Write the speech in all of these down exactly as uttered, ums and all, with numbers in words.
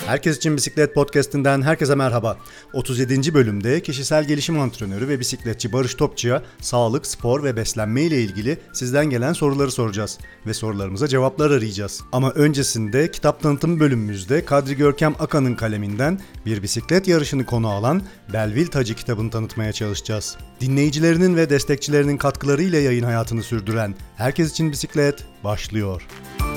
Herkes için Bisiklet Podcast'inden herkese merhaba. otuz yedinci bölümde kişisel gelişim antrenörü ve bisikletçi Barış Topçu'ya sağlık, spor ve beslenme ile ilgili sizden gelen soruları soracağız ve sorularımıza cevaplar arayacağız. Ama öncesinde kitap tanıtım bölümümüzde Kadri Görkem Aka'nın kaleminden bir bisiklet yarışını konu alan Belleville Tacı kitabını tanıtmaya çalışacağız. Dinleyicilerinin ve destekçilerinin katkılarıyla yayın hayatını sürdüren Herkes için Bisiklet başlıyor.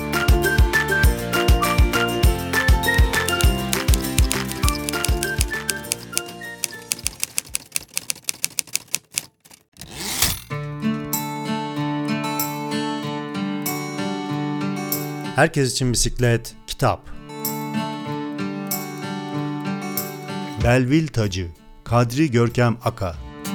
Herkes için Bisiklet kitap. Belleville Tacı, Kadri Görkem Aka.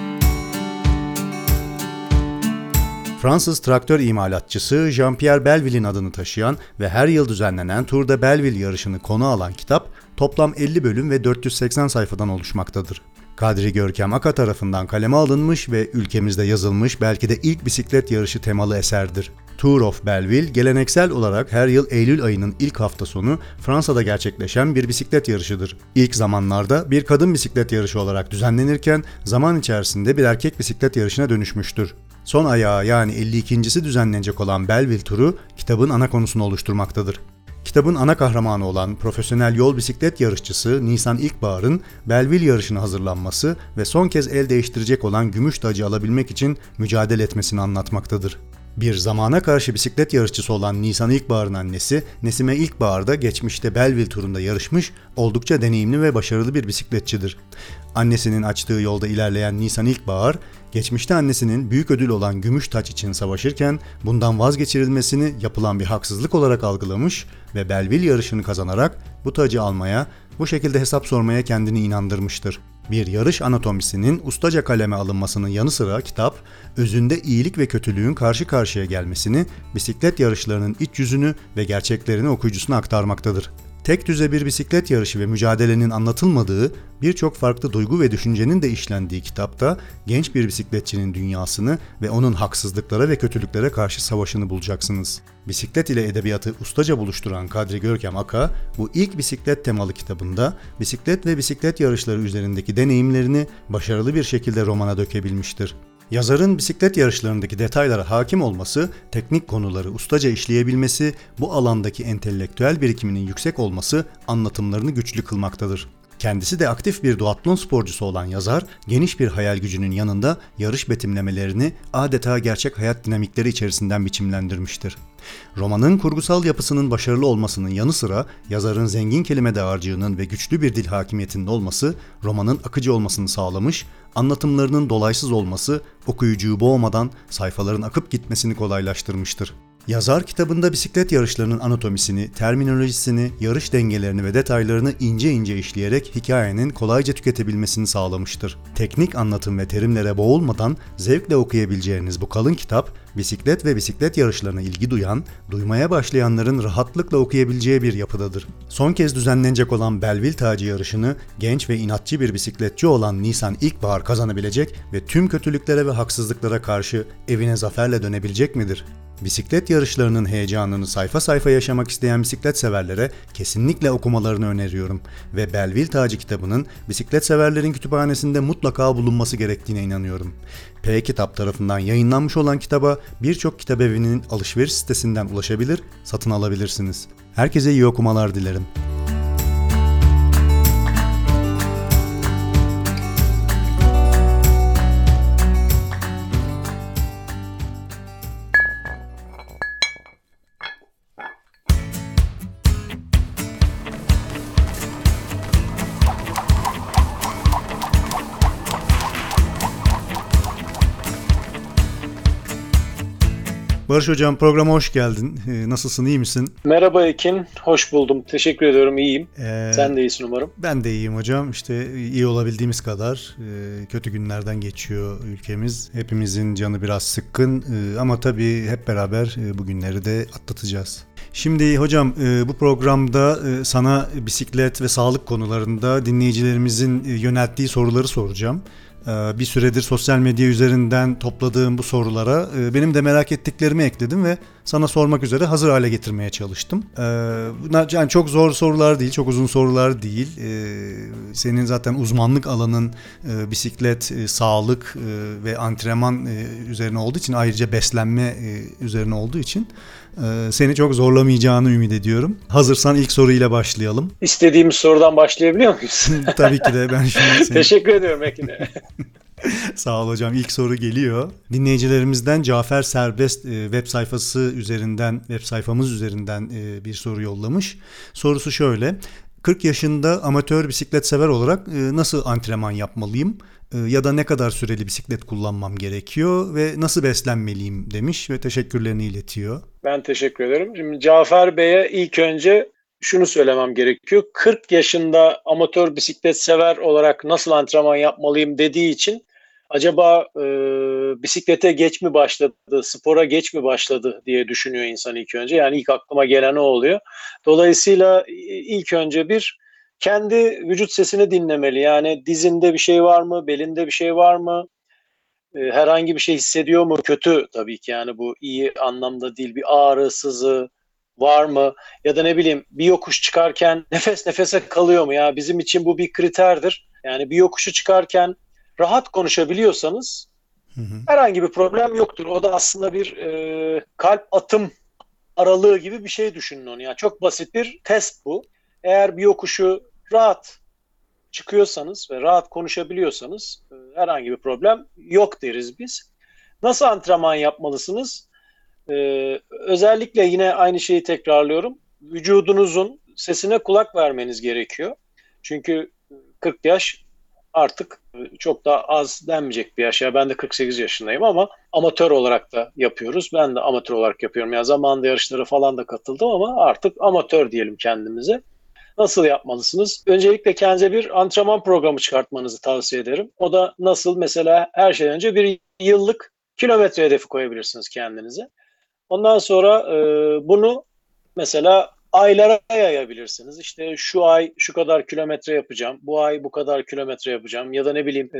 Fransız traktör imalatçısı Jean-Pierre Belleville'in adını taşıyan ve her yıl düzenlenen Tour de Belleville yarışını konu alan kitap, toplam elli bölüm ve dört yüz seksen sayfadan oluşmaktadır. Kadri Görkem Aka tarafından kaleme alınmış ve ülkemizde yazılmış belki de ilk bisiklet yarışı temalı eserdir. Tour of Belleville, geleneksel olarak her yıl Eylül ayının ilk hafta sonu Fransa'da gerçekleşen bir bisiklet yarışıdır. İlk zamanlarda bir kadın bisiklet yarışı olarak düzenlenirken zaman içerisinde bir erkek bisiklet yarışına dönüşmüştür. Son ayağı yani elli ikincisi düzenlenecek olan Belleville turu kitabın ana konusunu oluşturmaktadır. Kitabın ana kahramanı olan profesyonel yol bisiklet yarışçısı Nisan İlkbahar'ın Belleville yarışına hazırlanması ve son kez el değiştirecek olan gümüş tacı alabilmek için mücadele etmesini anlatmaktadır. Bir zamana karşı bisiklet yarışçısı olan Nisan İlkbahar'ın annesi Nesime İlkbahar da geçmişte Belleville turunda yarışmış, oldukça deneyimli ve başarılı bir bisikletçidir. Annesinin açtığı yolda ilerleyen Nisan İlkbahar, geçmişte annesinin büyük ödül olan gümüş taç için savaşırken bundan vazgeçirilmesini yapılan bir haksızlık olarak algılamış ve Belleville yarışını kazanarak bu tacı almaya, bu şekilde hesap sormaya kendini inandırmıştır. Bir yarış anatomisinin ustaca kaleme alınmasının yanı sıra kitap, özünde iyilik ve kötülüğün karşı karşıya gelmesini, bisiklet yarışlarının iç yüzünü ve gerçeklerini okuyucusuna aktarmaktadır. Tek düze bir bisiklet yarışı ve mücadelenin anlatılmadığı, birçok farklı duygu ve düşüncenin de işlendiği kitapta genç bir bisikletçinin dünyasını ve onun haksızlıklara ve kötülüklere karşı savaşını bulacaksınız. Bisiklet ile edebiyatı ustaca buluşturan Kadri Görkem Aka, bu ilk bisiklet temalı kitabında bisiklet ve bisiklet yarışları üzerindeki deneyimlerini başarılı bir şekilde romana dökebilmiştir. Yazarın bisiklet yarışlarındaki detaylara hakim olması, teknik konuları ustaca işleyebilmesi, bu alandaki entelektüel birikiminin yüksek olması anlatımlarını güçlü kılmaktadır. Kendisi de aktif bir duatlon sporcusu olan yazar, geniş bir hayal gücünün yanında yarış betimlemelerini adeta gerçek hayat dinamikleri içerisinden biçimlendirmiştir. Romanın kurgusal yapısının başarılı olmasının yanı sıra yazarın zengin kelime dağarcığının ve güçlü bir dil hakimiyetinin olması romanın akıcı olmasını sağlamış, anlatımlarının dolaysız olması okuyucuyu boğmadan sayfaların akıp gitmesini kolaylaştırmıştır. Yazar kitabında bisiklet yarışlarının anatomisini, terminolojisini, yarış dengelerini ve detaylarını ince ince işleyerek hikayenin kolayca tüketebilmesini sağlamıştır. Teknik anlatım ve terimlere boğulmadan zevkle okuyabileceğiniz bu kalın kitap, bisiklet ve bisiklet yarışlarına ilgi duyan, duymaya başlayanların rahatlıkla okuyabileceği bir yapıdadır. Son kez düzenlenecek olan Belleville Tacı yarışını genç ve inatçı bir bisikletçi olan Nisan İlkbahar kazanabilecek ve tüm kötülüklere ve haksızlıklara karşı evine zaferle dönebilecek midir? Bisiklet yarışlarının heyecanını sayfa sayfa yaşamak isteyen bisiklet severlere kesinlikle okumalarını öneriyorum ve Belleville Tacı kitabının bisiklet severlerin kütüphanesinde mutlaka bulunması gerektiğine inanıyorum. P-Kitap tarafından yayınlanmış olan kitaba birçok kitapevinin alışveriş sitesinden ulaşabilir, satın alabilirsiniz. Herkese iyi okumalar dilerim. Barış Hocam, programa hoş geldin. Ee, nasılsın, iyi misin? Merhaba Ekin, hoş buldum. Teşekkür ediyorum, iyiyim. Ee, Sen de iyisin umarım. Ben de iyiyim hocam. İşte iyi olabildiğimiz kadar. Ee, kötü günlerden geçiyor ülkemiz. Hepimizin canı biraz sıkkın ee, ama tabii hep beraber e, bu günleri de atlatacağız. Şimdi hocam e, bu programda e, sana bisiklet ve sağlık konularında dinleyicilerimizin e, yönelttiği soruları soracağım. Bir süredir sosyal medya üzerinden topladığım bu sorulara benim de merak ettiklerimi ekledim ve sana sormak üzere hazır hale getirmeye çalıştım. Ee, bunlar yani çok zor sorular değil, çok uzun sorular değil. Ee, senin zaten uzmanlık alanın e, bisiklet, e, sağlık e, ve antrenman e, üzerine olduğu için, ayrıca beslenme e, üzerine olduğu için e, seni çok zorlamayacağını ümit ediyorum. Hazırsan ilk soruyla başlayalım. İstediğimiz sorudan başlayabiliyor muyuz? Tabii ki de ben şimdi seni... Teşekkür ediyorum Ekin'e. Sağ ol hocam. İlk soru geliyor. Dinleyicilerimizden Cafer Serbest e, web sayfası üzerinden, web sayfamız üzerinden e, bir soru yollamış. Sorusu şöyle: kırk yaşında amatör bisiklet sever olarak e, nasıl antrenman yapmalıyım? E, ya da ne kadar süreli bisiklet kullanmam gerekiyor ve nasıl beslenmeliyim demiş ve teşekkürlerini iletiyor. Ben teşekkür ederim. Şimdi Cafer Bey'e ilk önce şunu söylemem gerekiyor. kırk yaşında amatör bisiklet sever olarak nasıl antrenman yapmalıyım dediği için acaba e, bisiklete geç mi başladı, spora geç mi başladı diye düşünüyor insan ilk önce. Yani ilk aklıma gelen o oluyor. Dolayısıyla ilk önce bir kendi vücut sesini dinlemeli. Yani dizinde bir şey var mı, belinde bir şey var mı? E, herhangi bir şey hissediyor mu? Kötü tabii ki, yani bu iyi anlamda değil. Bir ağrı, sızı var mı? Ya da ne bileyim, bir yokuş çıkarken nefes nefese kalıyor mu? Ya bizim için bu bir kriterdir. Yani bir yokuşu çıkarken rahat konuşabiliyorsanız hı hı. herhangi bir problem yoktur. O da aslında bir e, kalp atım aralığı gibi bir şey, düşünün onu. Yani çok basit bir test bu. Eğer bir yokuşu rahat çıkıyorsanız ve rahat konuşabiliyorsanız e, herhangi bir problem yok deriz biz. Nasıl antrenman yapmalısınız? Ee, özellikle yine aynı şeyi tekrarlıyorum. Vücudunuzun sesine kulak vermeniz gerekiyor. Çünkü kırk yaş artık çok da az denmeyecek bir yaş. Ya ben de kırk sekiz yaşındayım ama amatör olarak da yapıyoruz. Ben de amatör olarak yapıyorum. Ya zamanında yarışlara falan da katıldım ama artık amatör diyelim kendimize. Nasıl yapmalısınız? Öncelikle kendinize bir antrenman programı çıkartmanızı tavsiye ederim. O da nasıl? Mesela her şeyden önce bir yıllık kilometre hedefi koyabilirsiniz kendinize. Ondan sonra e, bunu mesela aylara yayabilirsiniz. İşte şu ay şu kadar kilometre yapacağım, bu ay bu kadar kilometre yapacağım ya da ne bileyim e,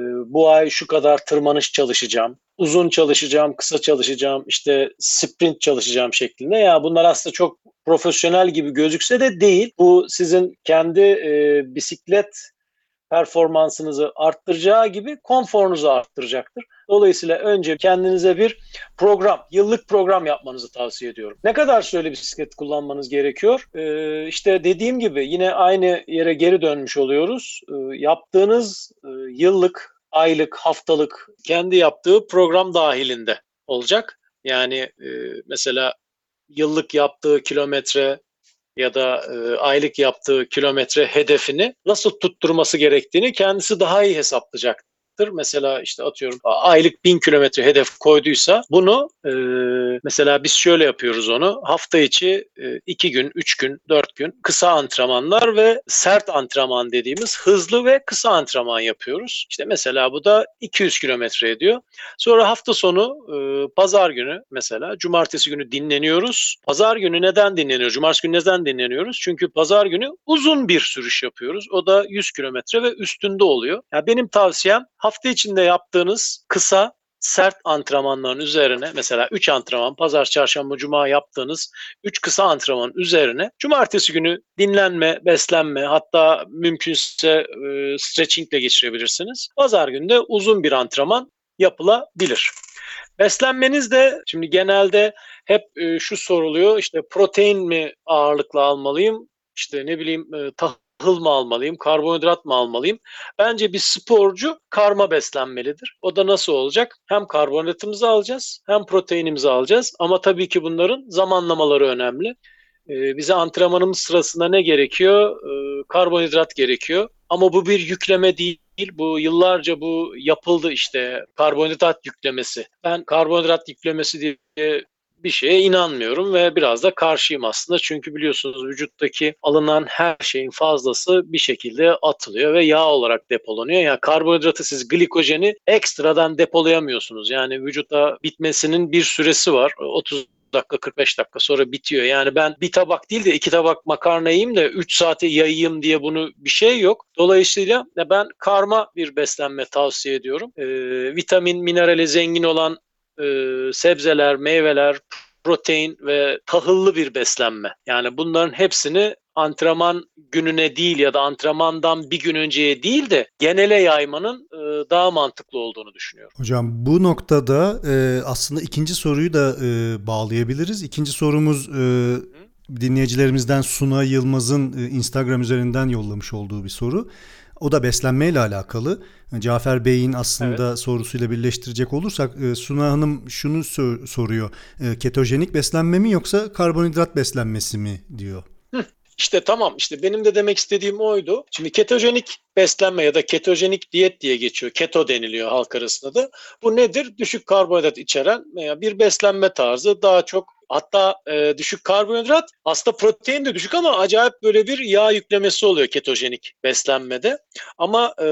bu ay şu kadar tırmanış çalışacağım, uzun çalışacağım, kısa çalışacağım, işte sprint çalışacağım şeklinde. Ya bunlar aslında çok profesyonel gibi gözükse de değil. Bu sizin kendi e, bisiklet performansınızı arttıracağı gibi konforunuzu arttıracaktır. Dolayısıyla önce kendinize bir program, yıllık program yapmanızı tavsiye ediyorum. Ne kadar süreli bisiklet kullanmanız gerekiyor? Ee, işte dediğim gibi yine aynı yere geri dönmüş oluyoruz. Ee, yaptığınız e, yıllık, aylık, haftalık kendi yaptığı program dahilinde olacak. Yani e, mesela yıllık yaptığı kilometre ya da e, aylık yaptığı kilometre hedefini nasıl tutturması gerektiğini kendisi daha iyi hesaplayacaktır. Mesela işte atıyorum aylık bin kilometre hedef koyduysa bunu e, mesela biz şöyle yapıyoruz onu. Hafta içi e, iki gün, üç gün, dört gün kısa antrenmanlar ve sert antrenman dediğimiz hızlı ve kısa antrenman yapıyoruz. İşte mesela bu da iki yüz kilometre ediyor. Sonra hafta sonu e, pazar günü mesela cumartesi günü dinleniyoruz. Pazar günü neden dinleniyoruz? Cumartesi günü neden dinleniyoruz? Çünkü pazar günü uzun bir sürüş yapıyoruz. O da yüz kilometre ve üstünde oluyor. Yani benim tavsiyem hafta içinde yaptığınız kısa sert antrenmanların üzerine mesela üç antrenman, pazar, çarşamba, cuma yaptığınız üç kısa antrenman üzerine cumartesi günü dinlenme, beslenme, hatta mümkünse e, stretchingle geçirebilirsiniz. Pazar günü de uzun bir antrenman yapılabilir. Beslenmeniz de şimdi genelde hep e, şu soruluyor, işte protein mi ağırlıklı almalıyım, işte ne bileyim e, tahıl mı almalıyım, karbonhidrat mı almalıyım? Bence bir sporcu karma beslenmelidir. O da nasıl olacak? Hem karbonhidratımızı alacağız hem proteinimizi alacağız ama tabii ki bunların zamanlamaları önemli. E, bize antrenmanımız sırasında ne gerekiyor? E, karbonhidrat gerekiyor ama bu bir yükleme değil. Bu yıllarca bu yapıldı, işte karbonhidrat yüklemesi. Ben karbonhidrat yüklemesi diye bir şeye inanmıyorum ve biraz da karşıyım aslında. Çünkü biliyorsunuz vücuttaki alınan her şeyin fazlası bir şekilde atılıyor ve yağ olarak depolanıyor. Yani karbonhidratı, siz glikojeni ekstradan depolayamıyorsunuz. Yani vücutta bitmesinin bir süresi var. otuz dakika, kırk beş dakika sonra bitiyor. Yani ben bir tabak değil de iki tabak makarna yiyeyim de üç saate yayayım diye bunu bir şey yok. Dolayısıyla ben karma bir beslenme tavsiye ediyorum. Ee, vitamin, minerale zengin olan e, sebzeler, meyveler, protein ve tahıllı bir beslenme. Yani bunların hepsini antrenman gününe değil ya da antrenmandan bir gün önceye değil de genele yaymanın e, daha mantıklı olduğunu düşünüyorum. Hocam bu noktada e, aslında ikinci soruyu da e, bağlayabiliriz. İkinci sorumuz e, dinleyicilerimizden Suna Yılmaz'ın e, Instagram üzerinden yollamış olduğu bir soru. O da beslenmeyle alakalı. Cafer Bey'in aslında evet. sorusuyla birleştirecek olursak e, Suna Hanım şunu sor- soruyor. E, ketojenik beslenme mi yoksa karbonhidrat beslenmesi mi diyor. Hı. İşte tamam işte benim de demek istediğim oydu. Şimdi ketojenik beslenme ya da ketojenik diyet diye geçiyor. Keto deniliyor halk arasında da. Bu nedir? Düşük karbonhidrat içeren veya bir beslenme tarzı, daha çok hatta e, düşük karbonhidrat, aslında protein de düşük ama acayip böyle bir yağ yüklemesi oluyor ketojenik beslenmede. Ama e,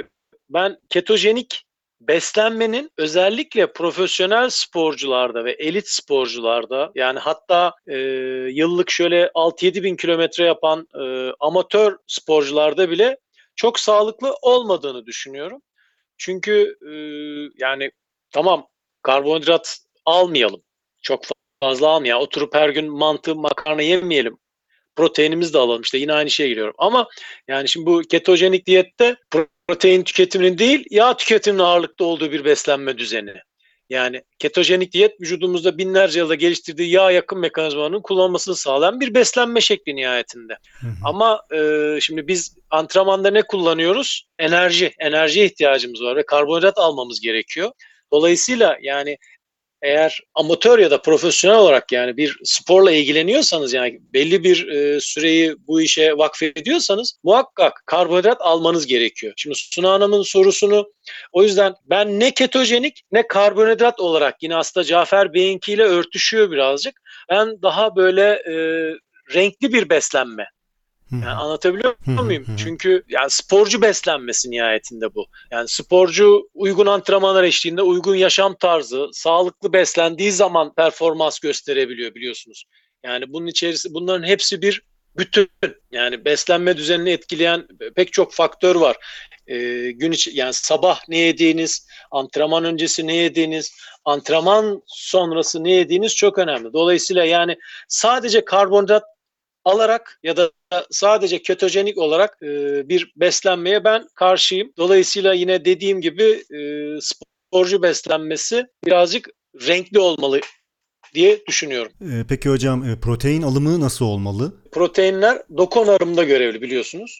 ben ketojenik beslenmenin özellikle profesyonel sporcularda ve elit sporcularda, yani hatta e, yıllık şöyle altı yedi bin kilometre yapan e, amatör sporcularda bile çok sağlıklı olmadığını düşünüyorum. Çünkü e, yani tamam, karbonhidrat almayalım. Çok fazla almayalım. Oturup her gün mantı, makarna yemeyelim. Proteinimizi de alalım. İşte yine aynı şeye giriyorum. Ama yani şimdi bu ketojenik diyette protein tüketiminin değil, yağ tüketiminin ağırlıkta olduğu bir beslenme düzeni. Yani ketojenik diyet vücudumuzda binlerce yılda geliştirdiği yağ yakım mekanizmalarının kullanılmasını sağlayan bir beslenme şekli nihayetinde. Hı hı. Ama e, şimdi biz antrenmanda ne kullanıyoruz? Enerji. Enerjiye ihtiyacımız var ve karbonhidrat almamız gerekiyor. Dolayısıyla yani eğer amatör ya da profesyonel olarak yani bir sporla ilgileniyorsanız, yani belli bir e, süreyi bu işe vakfediyorsanız muhakkak karbonhidrat almanız gerekiyor. Şimdi Suna Hanım'ın sorusunu o yüzden ben ne ketojenik ne karbonhidrat olarak, yine aslında Cafer Bey'inkiyle örtüşüyor birazcık. Ben daha böyle e, renkli bir beslenme. Yani anlatabiliyor muyum? Çünkü yani sporcu beslenmesi nihayetinde bu. Yani sporcu uygun antrenmanlar eşliğinde uygun yaşam tarzı, sağlıklı beslendiği zaman performans gösterebiliyor, biliyorsunuz. Yani bunun içerisi, bunların hepsi bir bütün. Yani beslenme düzenini etkileyen pek çok faktör var. Ee, gün içi, yani sabah ne yediğiniz, antrenman öncesi ne yediğiniz, antrenman sonrası ne yediğiniz çok önemli. Dolayısıyla yani sadece karbonhidrat alarak ya da sadece ketojenik olarak e, bir beslenmeye ben karşıyım. Dolayısıyla yine dediğim gibi e, sporcu beslenmesi birazcık renkli olmalı diye düşünüyorum. Ee, peki hocam e, protein alımı nasıl olmalı? Proteinler doku onarımında görevli, biliyorsunuz.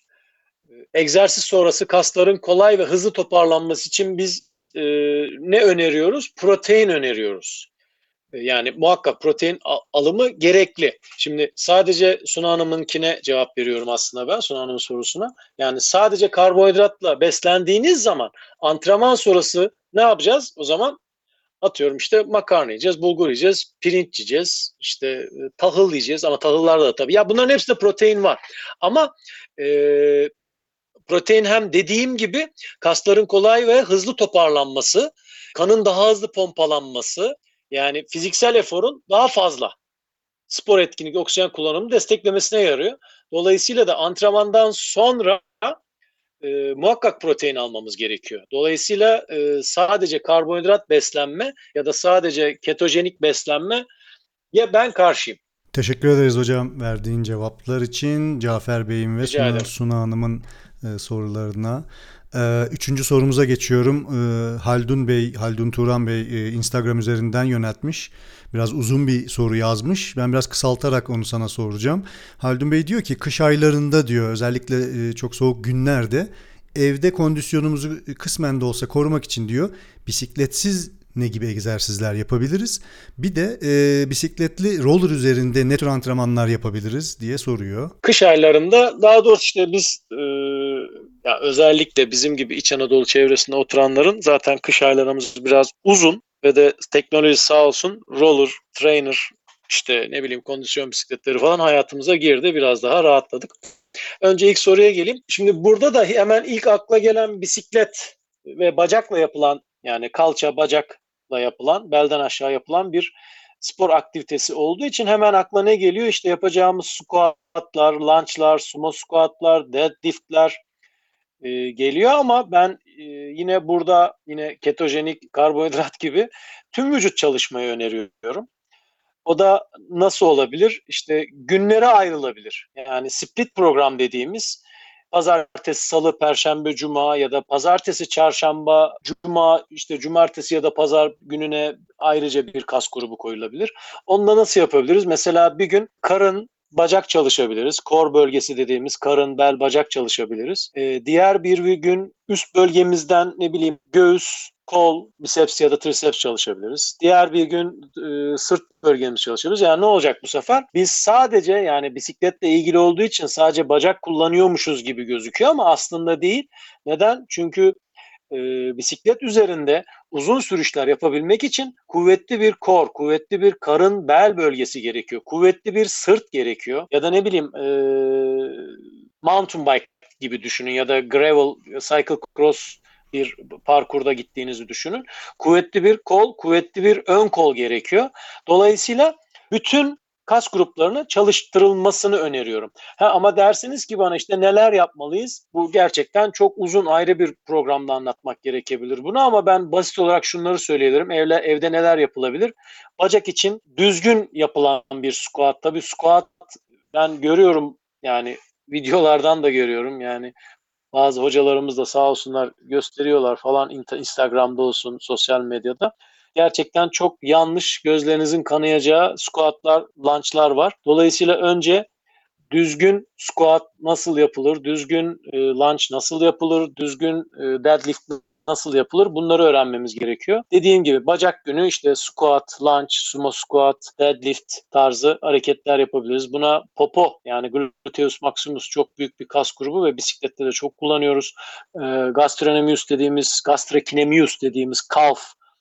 Egzersiz sonrası kasların kolay ve hızlı toparlanması için biz e, ne öneriyoruz? Protein öneriyoruz. Yani muhakkak protein alımı gerekli. Şimdi sadece Suna Hanım'ınkine cevap veriyorum aslında ben, Suna Hanım'ın sorusuna. Yani sadece karbonhidratla beslendiğiniz zaman antrenman sonrası ne yapacağız? O zaman atıyorum işte makarna yiyeceğiz, bulgur yiyeceğiz, pirinç yiyeceğiz, işte tahıl yiyeceğiz, ama tahıllarda da tabii. Ya bunların hepsinde protein var. Ama e, protein hem dediğim gibi kasların kolay ve hızlı toparlanması, kanın daha hızlı pompalanması, yani fiziksel eforun daha fazla spor etkinlik, oksijen kullanımını desteklemesine yarıyor. Dolayısıyla da antrenmandan sonra e, muhakkak protein almamız gerekiyor. Dolayısıyla e, sadece karbonhidrat beslenme ya da sadece ketojenik beslenme ya ben karşıyım. Teşekkür ederiz hocam verdiğin cevaplar için. Cafer Bey'in ve Suna, Suna Hanım'ın e, sorularına. E, üçüncü sorumuza geçiyorum. E, Haldun Bey, Haldun Turan Bey e, Instagram üzerinden yöneltmiş. Biraz uzun bir soru yazmış. Ben biraz kısaltarak onu sana soracağım. Haldun Bey diyor ki kış aylarında diyor, özellikle e, çok soğuk günlerde evde kondisyonumuzu kısmen de olsa korumak için diyor bisikletsiz ne gibi egzersizler yapabiliriz? Bir de e, bisikletli roller üzerinde ne tür antrenmanlar yapabiliriz diye soruyor. Kış aylarında, daha doğrusu işte biz e, ya özellikle bizim gibi İç Anadolu çevresinde oturanların zaten kış aylarımız biraz uzun ve de teknoloji sağ olsun roller, trainer, işte ne bileyim kondisyon bisikletleri falan hayatımıza girdi. Biraz daha rahatladık. Önce ilk soruya geleyim. Şimdi burada da hemen ilk akla gelen bisiklet ve bacakla yapılan, yani kalça bacakla yapılan, belden aşağı yapılan bir spor aktivitesi olduğu için hemen akla ne geliyor? İşte yapacağımız squatlar, lunge'lar, sumo squatlar, deadlift'ler e, geliyor, ama ben e, yine burada yine ketojenik, karbonhidrat gibi tüm vücut çalışmayı öneriyorum. O da nasıl olabilir? İşte günlere ayrılabilir. Yani split program dediğimiz pazartesi, salı, perşembe, cuma ya da pazartesi, çarşamba, cuma, işte cumartesi ya da pazar gününe ayrıca bir kas grubu koyulabilir. Onda nasıl yapabiliriz? Mesela bir gün karın, bacak çalışabiliriz. Kor bölgesi dediğimiz karın, bel, bacak çalışabiliriz. Ee, diğer bir gün üst bölgemizden ne bileyim göğüs, kol, biceps ya da triceps çalışabiliriz. Diğer bir gün e, sırt bölgemiz çalışabiliriz. Yani ne olacak bu sefer? Biz sadece yani bisikletle ilgili olduğu için sadece bacak kullanıyormuşuz gibi gözüküyor ama aslında değil. Neden? Çünkü e, bisiklet üzerinde uzun sürüşler yapabilmek için kuvvetli bir kor, kuvvetli bir karın bel bölgesi gerekiyor. Kuvvetli bir sırt gerekiyor. Ya da ne bileyim e, mountain bike gibi düşünün ya da gravel, cycle cross bir parkurda gittiğinizi düşünün. Kuvvetli bir kol, kuvvetli bir ön kol gerekiyor. Dolayısıyla bütün kas gruplarının çalıştırılmasını öneriyorum. Ha, ama dersiniz ki bana işte neler yapmalıyız? Bu gerçekten çok uzun ayrı bir programda anlatmak gerekebilir bunu ama ben basit olarak şunları söyleyebilirim. Evle, evde neler yapılabilir? Bacak için düzgün yapılan bir squat. Tabii squat ben görüyorum yani videolardan da görüyorum yani bazı hocalarımız da sağ olsunlar gösteriyorlar falan Instagram'da olsun, sosyal medyada. Gerçekten çok yanlış, gözlerinizin kanayacağı squatlar, lunge'lar var. Dolayısıyla önce düzgün squat nasıl yapılır, düzgün e, lunge nasıl yapılır, düzgün e, deadlift nasıl yapılır bunları öğrenmemiz gerekiyor. Dediğim gibi bacak günü işte squat, lunge, sumo squat, deadlift tarzı hareketler yapabiliriz. Buna popo yani gluteus maximus çok büyük bir kas grubu ve bisiklette de çok kullanıyoruz. E, gastrocnemius dediğimiz, gastrocnemius dediğimiz calf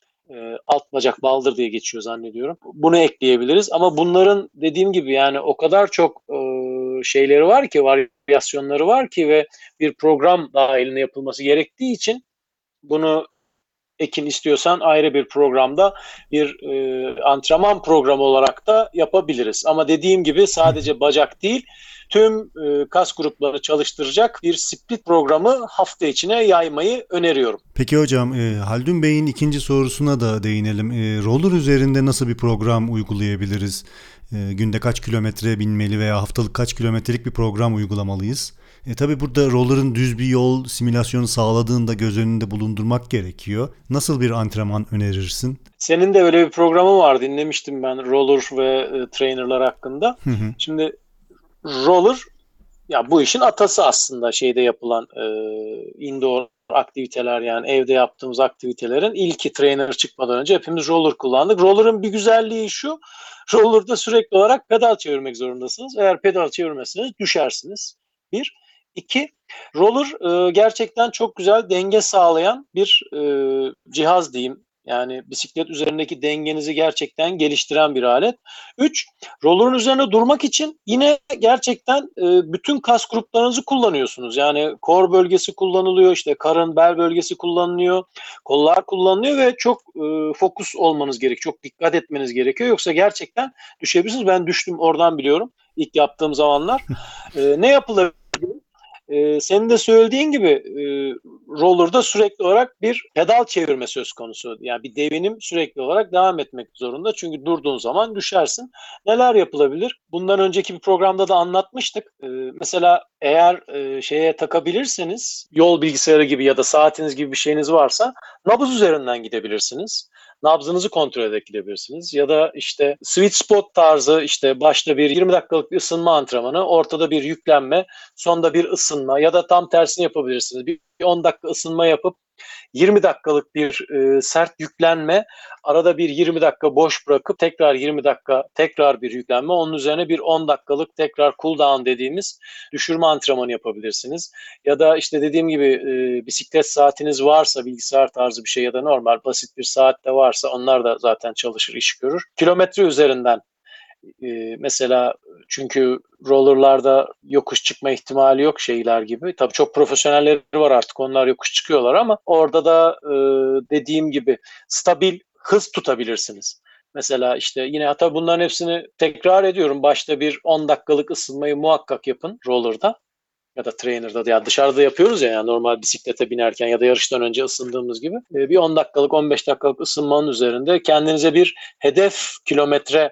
e, alt bacak baldır diye geçiyor zannediyorum. Bunu ekleyebiliriz ama bunların dediğim gibi yani o kadar çok e, şeyleri var ki, varyasyonları var ki ve bir program dahilinde yapılması gerektiği için bunu Ekin istiyorsan ayrı bir programda bir e, antrenman programı olarak da yapabiliriz. Ama dediğim gibi sadece bacak değil, tüm e, kas grupları çalıştıracak bir split programı hafta içine yaymayı öneriyorum. Peki hocam, e, Haldun Bey'in ikinci sorusuna da değinelim. E, roller üzerinde nasıl bir program uygulayabiliriz? E, günde kaç kilometre binmeli veya haftalık kaç kilometrelik bir program uygulamalıyız? E, tabii burada roller'ın düz bir yol simülasyonu sağladığını da göz önünde bulundurmak gerekiyor. Nasıl bir antrenman önerirsin? Senin de öyle bir programın var, dinlemiştim ben roller ve e, trainerlar hakkında. Hı hı. Şimdi roller ya bu işin atası aslında şeyde yapılan e, indoor aktiviteler yani evde yaptığımız aktivitelerin ilki trainer çıkmadan önce hepimiz roller kullandık. Roller'ın bir güzelliği şu, roller'da sürekli olarak pedal çevirmek zorundasınız. Eğer pedal çevirmezseniz düşersiniz. Bir. İki, roller e, gerçekten çok güzel denge sağlayan bir e, cihaz diyeyim. Yani bisiklet üzerindeki dengenizi gerçekten geliştiren bir alet. Üç, roller'ın üzerine durmak için yine gerçekten e, bütün kas gruplarınızı kullanıyorsunuz. Yani kor bölgesi kullanılıyor, işte karın, bel bölgesi kullanılıyor, kollar kullanılıyor ve çok e, fokus olmanız gerekiyor. Çok dikkat etmeniz gerekiyor. Yoksa gerçekten düşebilirsiniz. Ben düştüm oradan biliyorum ilk yaptığım zamanlar. E, ne yapılabilir? Ee, senin de söylediğin gibi e, roller'da sürekli olarak bir pedal çevirme söz konusu. Yani bir devinim sürekli olarak devam etmek zorunda. Çünkü durduğun zaman düşersin. Neler yapılabilir? Bundan önceki bir programda da anlatmıştık. Ee, mesela eğer e, şeye takabilirseniz yol bilgisayarı gibi ya da saatiniz gibi bir şeyiniz varsa nabız üzerinden gidebilirsiniz. Nabzınızı kontrol ederek gidebilirsiniz. Ya da işte sweet spot tarzı işte başta bir yirmi dakikalık bir ısınma antrenmanı, ortada bir yüklenme, sonda bir ısınma ya da tam tersini yapabilirsiniz. Bir on dakika ısınma yapıp yirmi dakikalık bir e, sert yüklenme, arada bir yirmi dakika boş bırakıp tekrar yirmi dakika tekrar bir yüklenme, onun üzerine bir on dakikalık tekrar cool down dediğimiz düşürme antrenmanı yapabilirsiniz. Ya da işte dediğim gibi e, bisiklet saatiniz varsa bilgisayar tarzı bir şey ya da normal basit bir saat de varsa onlar da zaten çalışır, iş görür. Kilometre üzerinden e, mesela çünkü rollerlarda yokuş çıkma ihtimali yok şeyler gibi. Tabii çok profesyonelleri var artık onlar yokuş çıkıyorlar ama orada da e, dediğim gibi stabil hız tutabilirsiniz. Mesela işte yine hatta bunların hepsini tekrar ediyorum. Başta bir on dakikalık ısınmayı muhakkak yapın rollerda ya da trainer'da ya dışarıda yapıyoruz ya yani normal bisiklete binerken ya da yarıştan önce ısındığımız gibi. Bir on dakikalık on beş dakikalık ısınmanın üzerinde kendinize bir hedef kilometre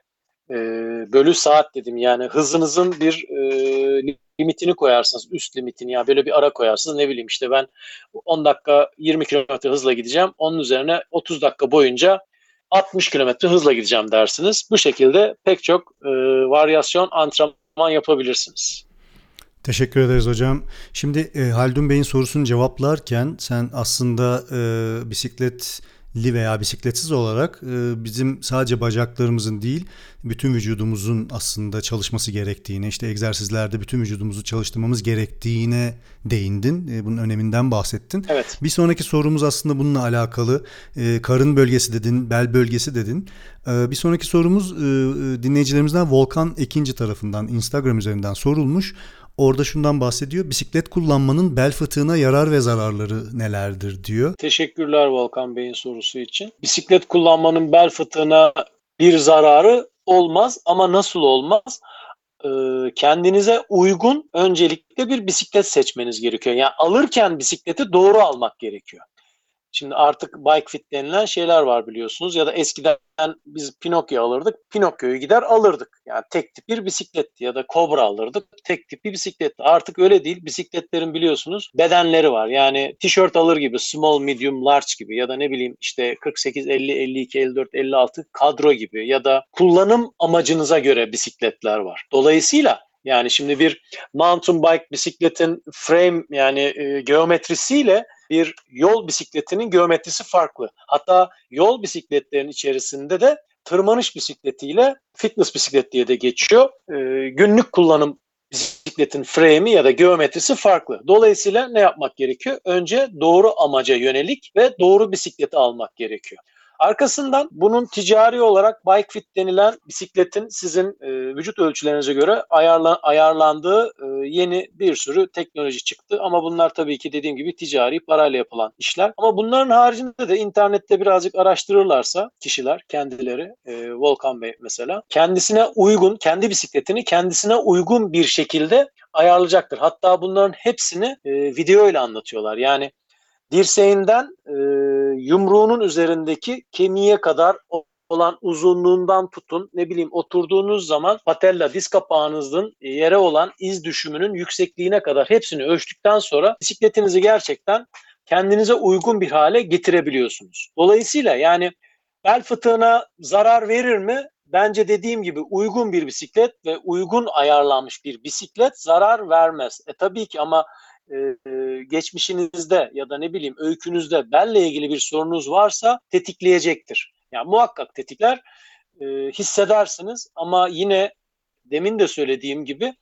e, bölü saat dedim. Yani hızınızın bir e, limitini koyarsınız. Üst limitini, ya böyle bir ara koyarsınız. Ne bileyim işte ben on dakika yirmi kilometre hızla gideceğim. Onun üzerine otuz dakika boyunca altmış kilometre hızla gideceğim dersiniz. Bu şekilde pek çok e, varyasyon antrenman yapabilirsiniz. Teşekkür ederiz hocam. Şimdi e, Haldun Bey'in sorusunu cevaplarken sen aslında e, bisikletli veya bisikletsiz olarak e, bizim sadece bacaklarımızın değil, bütün vücudumuzun aslında çalışması gerektiğine, işte egzersizlerde bütün vücudumuzu çalıştırmamız gerektiğine değindin. E, bunun öneminden bahsettin. Evet. Bir sonraki sorumuz aslında bununla alakalı. E, karın bölgesi dedin, bel bölgesi dedin. E, bir sonraki sorumuz e, dinleyicilerimizden Volkan Ekinci tarafından Instagram üzerinden sorulmuş. Orada şundan bahsediyor. Bisiklet kullanmanın bel fıtığına yarar ve zararları nelerdir diyor. Teşekkürler Volkan Bey'in sorusu için. Bisiklet kullanmanın bel fıtığına bir zararı olmaz ama nasıl olmaz? Ee, kendinize uygun öncelikle bir bisiklet seçmeniz gerekiyor. Yani alırken bisikleti doğru almak gerekiyor. Şimdi artık bike fit denilen şeyler var biliyorsunuz, ya da eskiden biz Pinokyo alırdık. Pinokyo'yu gider alırdık. Yani tek tip bir bisikletti, ya da Cobra alırdık. Tek tip bir bisikletti. Artık öyle değil. Bisikletlerin biliyorsunuz bedenleri var. Yani tişört alır gibi small, medium, large gibi, ya da ne bileyim işte kırk sekiz, elli, elli iki, elli dört, elli altı kadro gibi, ya da kullanım amacınıza göre bisikletler var. Dolayısıyla yani şimdi bir mountain bike bisikletin frame, yani e, geometrisiyle bir yol bisikletinin geometrisi farklı. Hatta yol bisikletlerinin içerisinde de tırmanış bisikletiyle fitness bisiklet diye de geçiyor. Ee, günlük kullanım bisikletin frame'i ya da geometrisi farklı. Dolayısıyla ne yapmak gerekiyor? Önce doğru amaca yönelik ve doğru bisikleti almak gerekiyor. Arkasından bunun ticari olarak bike fit denilen bisikletin sizin e, vücut ölçülerinize göre ayarla, ayarlandığı e, yeni bir sürü teknoloji çıktı. Ama bunlar tabii ki dediğim gibi ticari, parayla yapılan işler. Ama bunların haricinde de internette birazcık araştırırlarsa kişiler kendileri, e, Volkan Bey mesela, kendisine uygun, kendi bisikletini kendisine uygun bir şekilde ayarlayacaktır. Hatta bunların hepsini e, video ile anlatıyorlar. Yani dirseğinden e, yumruğunun üzerindeki kemiğe kadar olan uzunluğundan tutun, ne bileyim oturduğunuz zaman patella, diz kapağınızın yere olan iz düşümünün yüksekliğine kadar hepsini ölçtükten sonra bisikletinizi gerçekten kendinize uygun bir hale getirebiliyorsunuz. Dolayısıyla yani bel fıtığına zarar verir mi? Bence dediğim gibi uygun bir bisiklet ve uygun ayarlanmış bir bisiklet zarar vermez. E tabii ki ama e, geçmişinizde ya da ne bileyim öykünüzde belle ilgili bir sorunuz varsa tetikleyecektir. Yani muhakkak tetikler, e, hissedersiniz ama yine demin de söylediğim gibi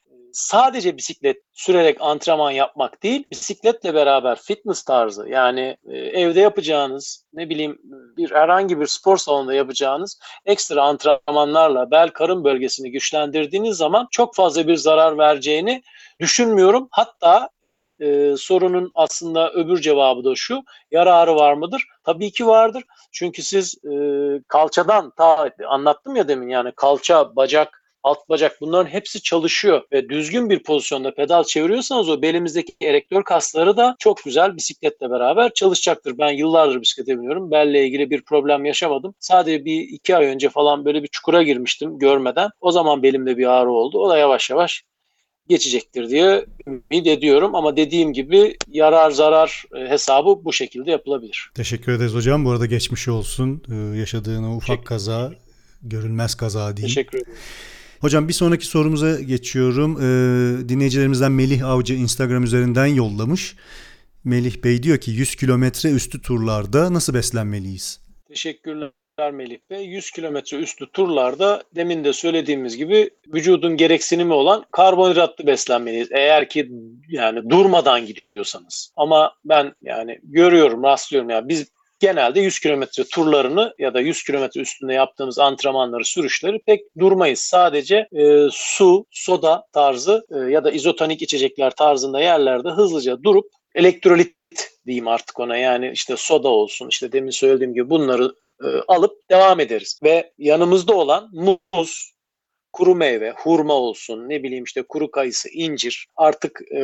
sadece bisiklet sürerek antrenman yapmak değil, bisikletle beraber fitness tarzı, yani e, evde yapacağınız, ne bileyim bir herhangi bir spor salonunda yapacağınız ekstra antrenmanlarla bel karın bölgesini güçlendirdiğiniz zaman çok fazla bir zarar vereceğini düşünmüyorum. Hatta e, sorunun aslında öbür cevabı da şu: yararı var mıdır? Tabii ki vardır. Çünkü siz e, kalçadan, ta anlattım ya demin, yani kalça, bacak, alt bacak, bunların hepsi çalışıyor ve düzgün bir pozisyonda pedal çeviriyorsanız o belimizdeki erektör kasları da çok güzel bisikletle beraber çalışacaktır. Ben yıllardır bisiklete biniyorum. Belle ilgili bir problem yaşamadım. Sadece bir iki ay önce falan böyle bir çukura girmiştim görmeden. O zaman belimde bir ağrı oldu. O da yavaş yavaş geçecektir diye ümit ediyorum. Ama dediğim gibi yarar zarar hesabı bu şekilde yapılabilir. Teşekkür ederiz hocam. Bu arada geçmiş olsun. Ee, yaşadığın o ufak kaza görülmez kaza değil. Teşekkür ederim. Hocam bir sonraki sorumuza geçiyorum. Ee, dinleyicilerimizden Melih Avcı Instagram üzerinden yollamış. Melih Bey diyor ki yüz kilometre üstü turlarda nasıl beslenmeliyiz? Teşekkürler Melih Bey. yüz kilometre üstü turlarda demin de söylediğimiz gibi vücudun gereksinimi olan karbonhidratlı beslenmeliyiz. Eğer ki yani durmadan gidiyorsanız. Ama ben yani görüyorum, rastlıyorum ya, biz genelde yüz kilometre turlarını ya da yüz kilometre üstünde yaptığımız antrenmanları, sürüşleri pek durmayız. Sadece e, su, soda tarzı e, ya da izotonik içecekler tarzında yerlerde hızlıca durup elektrolit diyeyim artık ona, yani işte soda olsun, işte demin söylediğim gibi bunları e, alıp devam ederiz. Ve yanımızda olan muz, kuru meyve, hurma olsun, ne bileyim işte kuru kayısı, incir, artık e,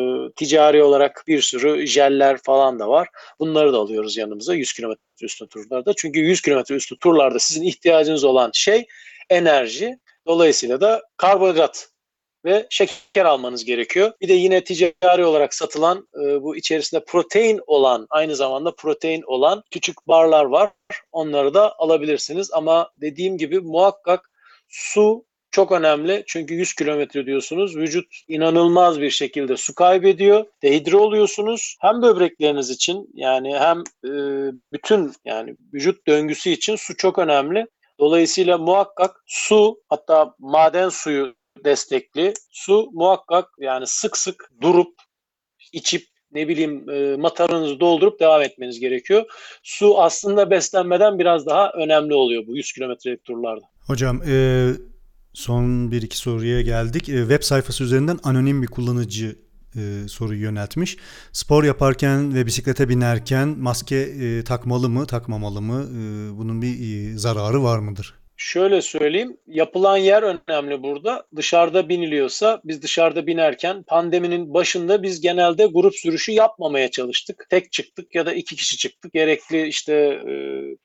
ticari olarak bir sürü jeller falan da var. Bunları da alıyoruz yanımıza yüz kilometre üstü turlarda. Çünkü yüz kilometre üstü turlarda sizin ihtiyacınız olan şey enerji. Dolayısıyla da karbonhidrat ve şeker almanız gerekiyor. Bir de yine ticari olarak satılan e, bu içerisinde protein olan, aynı zamanda protein olan küçük barlar var. Onları da alabilirsiniz. Ama dediğim gibi muhakkak su çok önemli. Çünkü yüz kilometre diyorsunuz. Vücut inanılmaz bir şekilde su kaybediyor. Dehidre oluyorsunuz. Hem böbrekleriniz için yani hem e, bütün yani vücut döngüsü için su çok önemli. Dolayısıyla muhakkak su, hatta maden suyu destekli su muhakkak yani sık sık durup içip ne bileyim e, matarınızı doldurup devam etmeniz gerekiyor. Su aslında beslenmeden biraz daha önemli oluyor bu yüz kilometrelik turlarda. Hocam e, son bir iki soruya geldik. E, web sayfası üzerinden anonim bir kullanıcı e, soruyu yöneltmiş. Spor yaparken ve bisiklete binerken maske e, takmalı mı, takmamalı mı? E, bunun bir e, zararı var mıdır? Şöyle söyleyeyim, yapılan yer önemli burada. Dışarıda biniliyorsa, biz dışarıda binerken pandeminin başında biz genelde grup sürüşü yapmamaya çalıştık. Tek çıktık ya da iki kişi çıktık. Gerekli işte e,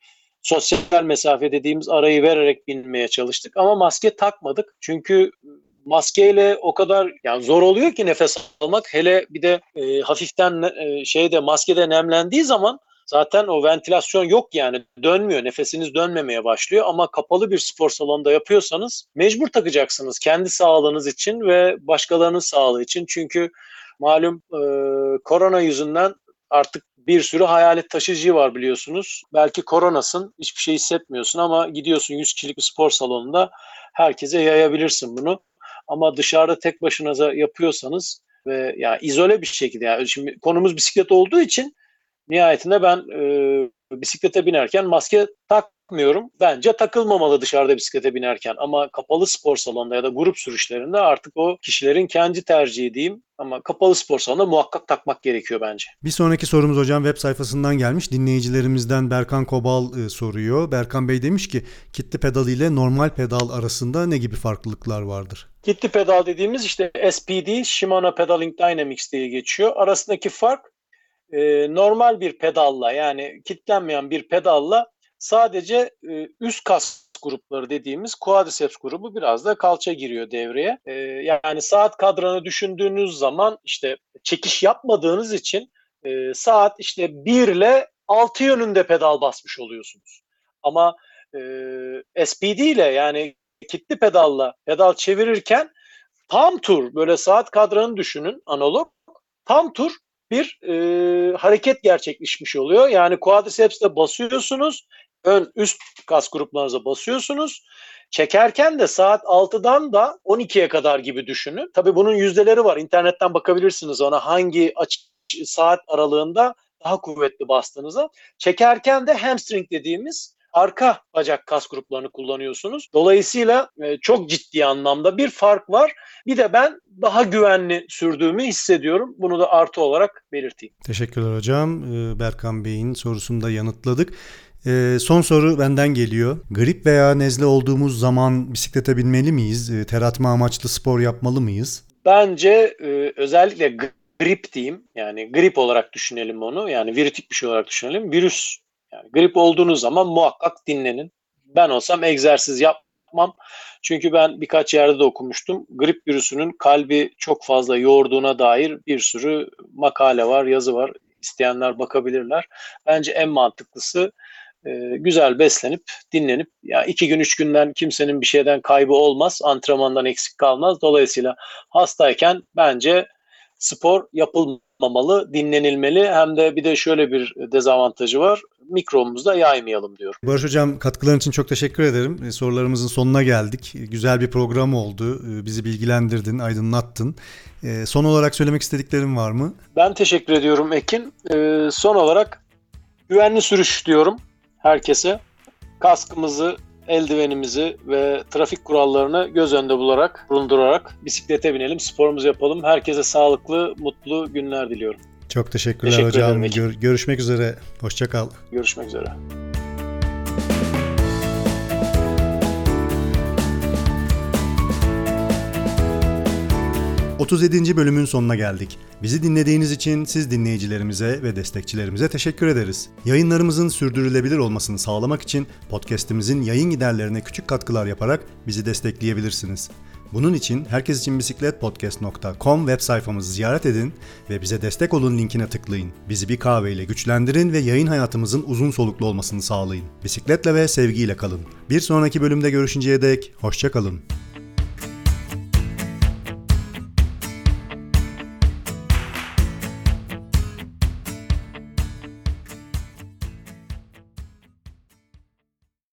sosyal mesafe dediğimiz arayı vererek binmeye çalıştık. Ama maske takmadık. Çünkü maskeyle o kadar yani zor oluyor ki nefes almak. Hele bir de e, hafiften e, şeyde maskede nemlendiği zaman zaten o ventilasyon yok yani dönmüyor. Nefesiniz dönmemeye başlıyor ama kapalı bir spor salonunda yapıyorsanız mecbur takacaksınız kendi sağlığınız için ve başkalarının sağlığı için. Çünkü malum e, korona yüzünden artık bir sürü hayalet taşıcı var biliyorsunuz. Belki koronasın, hiçbir şey hissetmiyorsun ama gidiyorsun yüz kişilik bir spor salonunda herkese yayabilirsin bunu. Ama dışarıda tek başınıza yapıyorsanız ve yani izole bir şekilde yani şimdi konumuz bisiklet olduğu için nihayetinde ben e, bisiklete binerken maske takmıyorum. Bence takılmamalı dışarıda bisiklete binerken. Ama kapalı spor salonunda ya da grup sürüşlerinde artık o kişilerin kendi tercihi diyeyim. Ama kapalı spor salonunda muhakkak takmak gerekiyor bence. Bir sonraki sorumuz hocam web sayfasından gelmiş. Dinleyicilerimizden Berkan Kobal e, soruyor. Berkan Bey demiş ki kitli pedal ile normal pedal arasında ne gibi farklılıklar vardır? Kitli pedal dediğimiz işte S P D, Shimano Pedaling Dynamics diye geçiyor. Arasındaki fark e, normal bir pedalla yani kilitlenmeyen bir pedalla sadece e, üst kas grupları dediğimiz quadriceps grubu biraz da kalça giriyor devreye. E, yani saat kadranı düşündüğünüz zaman işte çekiş yapmadığınız için e, saat işte bir ile altı yönünde pedal basmış oluyorsunuz. Ama e, S P D ile yani kitli pedalla pedal çevirirken tam tur böyle saat kadranı düşünün analog tam tur bir e, hareket gerçekleşmiş oluyor. Yani quadriceps'te basıyorsunuz. Ön üst kas gruplarınıza basıyorsunuz. Çekerken de saat altıdan da on ikiye kadar gibi düşünün. Tabii bunun yüzdeleri var. İnternetten bakabilirsiniz ona hangi açı, saat aralığında daha kuvvetli bastığınıza. Çekerken de hamstring dediğimiz arka bacak kas gruplarını kullanıyorsunuz. Dolayısıyla e, çok ciddi anlamda bir fark var. Bir de ben daha güvenli sürdüğümü hissediyorum. Bunu da artı olarak belirteyim. Teşekkürler hocam. Berkan Bey'in sorusunu da yanıtladık. Ee, son soru benden geliyor. Grip veya nezle olduğumuz zaman bisiklete binmeli miyiz? Ee, ter atma amaçlı spor yapmalı mıyız? Bence e, özellikle grip diyeyim. Yani grip olarak düşünelim onu. Yani virütik bir şey olarak düşünelim. Virüs yani grip olduğunuz zaman muhakkak dinlenin. Ben olsam egzersiz yapmam. Çünkü ben birkaç yerde de okumuştum. Grip virüsünün kalbi çok fazla yorduğuna dair bir sürü makale var, yazı var. İsteyenler bakabilirler. Bence en mantıklısı e, güzel beslenip dinlenip ya iki gün üç günden kimsenin bir şeyden kaybı olmaz. Antrenmandan eksik kalmaz. Dolayısıyla hastayken bence spor yapılmamalı, dinlenilmeli. Hem de bir de şöyle bir dezavantajı var. Mikrobumuzu da yaymayalım diyorum. Barış Hocam katkıların için çok teşekkür ederim. Sorularımızın sonuna geldik. Güzel bir program oldu. Bizi bilgilendirdin, aydınlattın. Son olarak söylemek istediklerin var mı? Ben teşekkür ediyorum Ekin. Son olarak güvenli sürüş diyorum herkese. Kaskımızı, eldivenimizi ve trafik kurallarını göz önünde bularak, bulundurarak bisiklete binelim, sporumuzu yapalım. Herkese sağlıklı, mutlu günler diliyorum. Çok teşekkürler Teşekkür hocam. ederim. Gör- görüşmek üzere. Hoşça kal. Görüşmek üzere. otuz yedinci bölümün sonuna geldik. Bizi dinlediğiniz için siz dinleyicilerimize ve destekçilerimize teşekkür ederiz. Yayınlarımızın sürdürülebilir olmasını sağlamak için podcast'imizin yayın giderlerine küçük katkılar yaparak bizi destekleyebilirsiniz. Bunun için herkesiçinbisiklet nokta com web sayfamızı ziyaret edin ve bize destek olun linkine tıklayın. Bizi bir kahveyle güçlendirin ve yayın hayatımızın uzun soluklu olmasını sağlayın. Bisikletle ve sevgiyle kalın. Bir sonraki bölümde görüşünceye dek hoşça kalın.